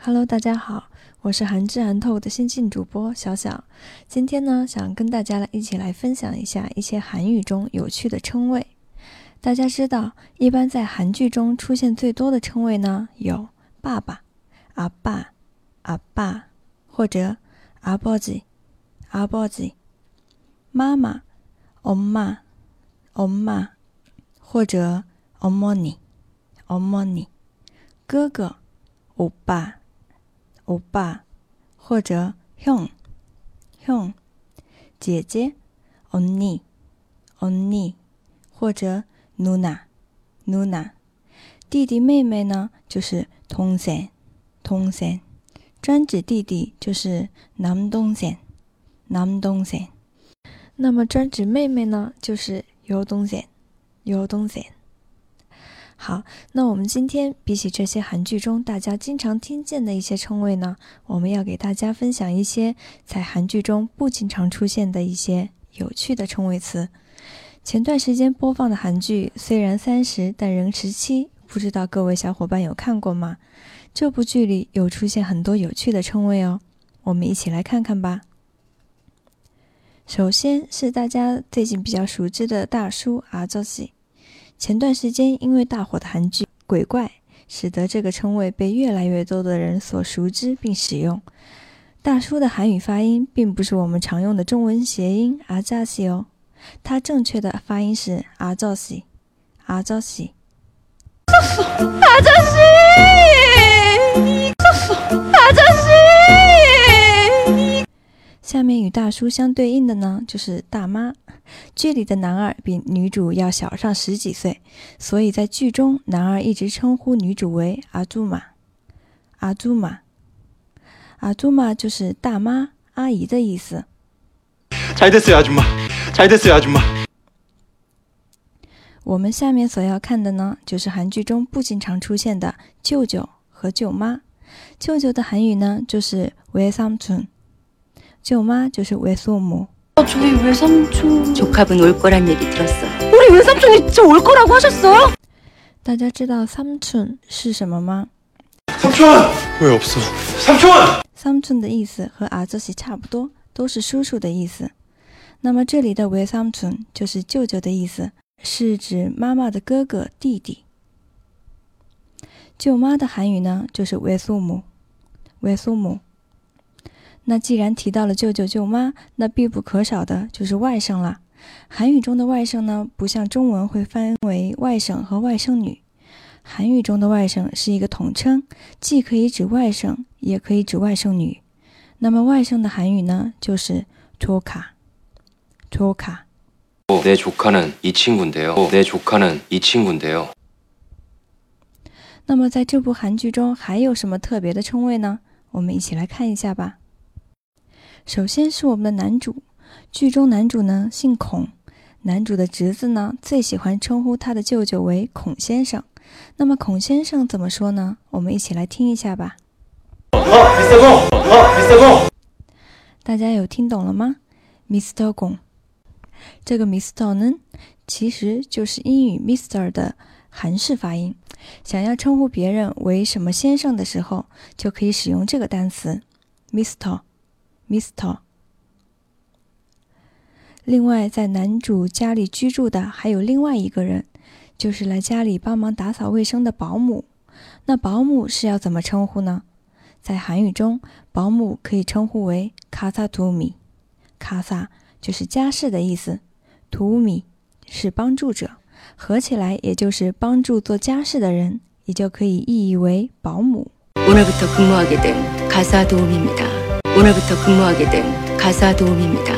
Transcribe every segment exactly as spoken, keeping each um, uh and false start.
Hello， 大家好，我是韩知韩透的新晋主播小小。今天呢，想跟大家来一起来分享一下一些韩语中有趣的称谓。大家知道，一般在韩剧中出现最多的称谓呢，有爸爸、阿爸、阿爸，或者阿伯지、阿伯지，妈妈、엄마、엄마，或者어머니、어머니，哥哥、오빠、欧巴，或者형、형，姐姐언니、언니，或者누나、누나，弟弟妹妹呢就是동생、동생，专指弟弟就是남동생、남동생，那么专指妹妹呢就是여동생、여동생。好，那我们今天比起这些韩剧中大家经常听见的一些称谓呢，我们要给大家分享一些在韩剧中不经常出现的一些有趣的称谓词。前段时间播放的韩剧虽然三十但仍十七，不知道各位小伙伴有看过吗？这部剧里有出现很多有趣的称谓哦，我们一起来看看吧。首先是大家最近比较熟知的大叔아저씨，前段时间因为大火的韩剧《鬼怪》，使得这个称谓被越来越多的人所熟知并使用。大叔的韩语发音并不是我们常用的中文谐音아저씨哦，它正确的发音是아저씨、아저씨。아저씨！아저씨！下面与大叔相对应的呢，就是大妈。剧里的男二比女主要小上十几岁，所以在剧中男二一直称呼女主为阿朱玛。阿朱玛，阿朱玛就是大妈、阿姨的意思。 잘 됐어요 아줌마，잘 됐어요 아줌마。 我们下面所要看的呢，就是韩剧中不经常出现的舅舅和舅妈。舅舅的韩语呢，就是외삼촌，舅妈就是외숙모。 저희 외삼촌 조카분 올 거란 얘기 들었어요. 우리 외삼촌이 저 올 거라고 하셨어요? 大家知道삼촌是什么吗？ 삼촌! 왜 없어? 삼촌! 삼촌的意思和아저씨差不多，都是叔叔的意思。那么这里的외삼촌就是舅舅的意思，是指妈妈的哥哥弟弟。舅妈的韩语呢，就是외숙모，외숙모。那既然提到了舅舅舅妈，那必不可少的就是外甥了。韩语中的外甥呢，不像中文会分为外甥和外甥女，韩语中的外甥是一个统称，既可以指外甥，也可以指外甥女。那么外甥的韩语呢，就是조카、조카。 내 조카는 이 친구인데요. 내 조카는 이 친구인데요. 那么在这部韩剧中还有什么特别的称谓呢？我们一起来看一下吧。首先是我们的男主，剧中男主呢姓孔，男主的侄子呢最喜欢称呼他的舅舅为孔先生。那么孔先生怎么说呢？我们一起来听一下吧。大家有听懂了吗？ 미스터 공， 这个 Mister 呢其实就是英语 Mister 的韩式发音，想要称呼别人为什么先生的时候，就可以使用这个单词 Mister Mister。 另外在男主家里居住的还有另外一个人，就是来家里帮忙打扫卫生的保姆。那保姆是要怎么称呼呢？在韩语中，保姆可以称呼为가사도우미，卡萨就是家事的意思，图米是帮助者，合起来也就是帮助做家事的人，也就可以意译为保姆。 오늘부터 근무하게 된 가사도우미입니다. 오늘부터 근무하게 된 가사도우미입니다.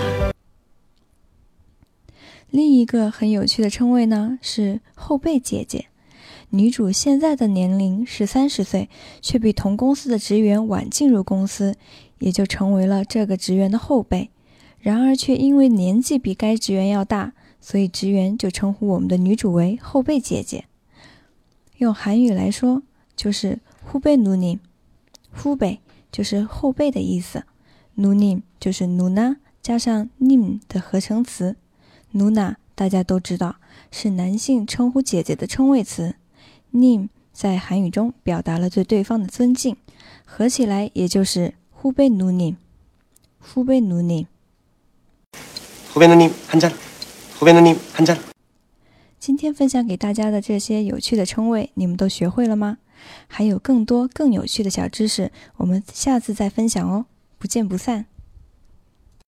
另一个很有趣的称谓呢是后辈姐姐。女主现在的年龄是三十岁，却比同公司的职员晚进入公司，也就成为了这个职员的后辈。然而却因为年纪比该职员要大，所以职员就称呼我们的女主为后辈姐姐。用韩语来说就是후배 누님，후배就是后辈的意思，누님就是 누나加上 님的合成词。 누나大家都知道是男性称呼姐姐的称谓词，님在韩语中表达了对对方的尊敬， 合起来也就是후배 누님。후배 누님。 후배 누님 한 잔。후배 누님 한 잔。 今天分享给大家的这些有趣的称谓，你们都学会了吗？还有更多更有趣的小知识，我们下次再分享哦，不见不散。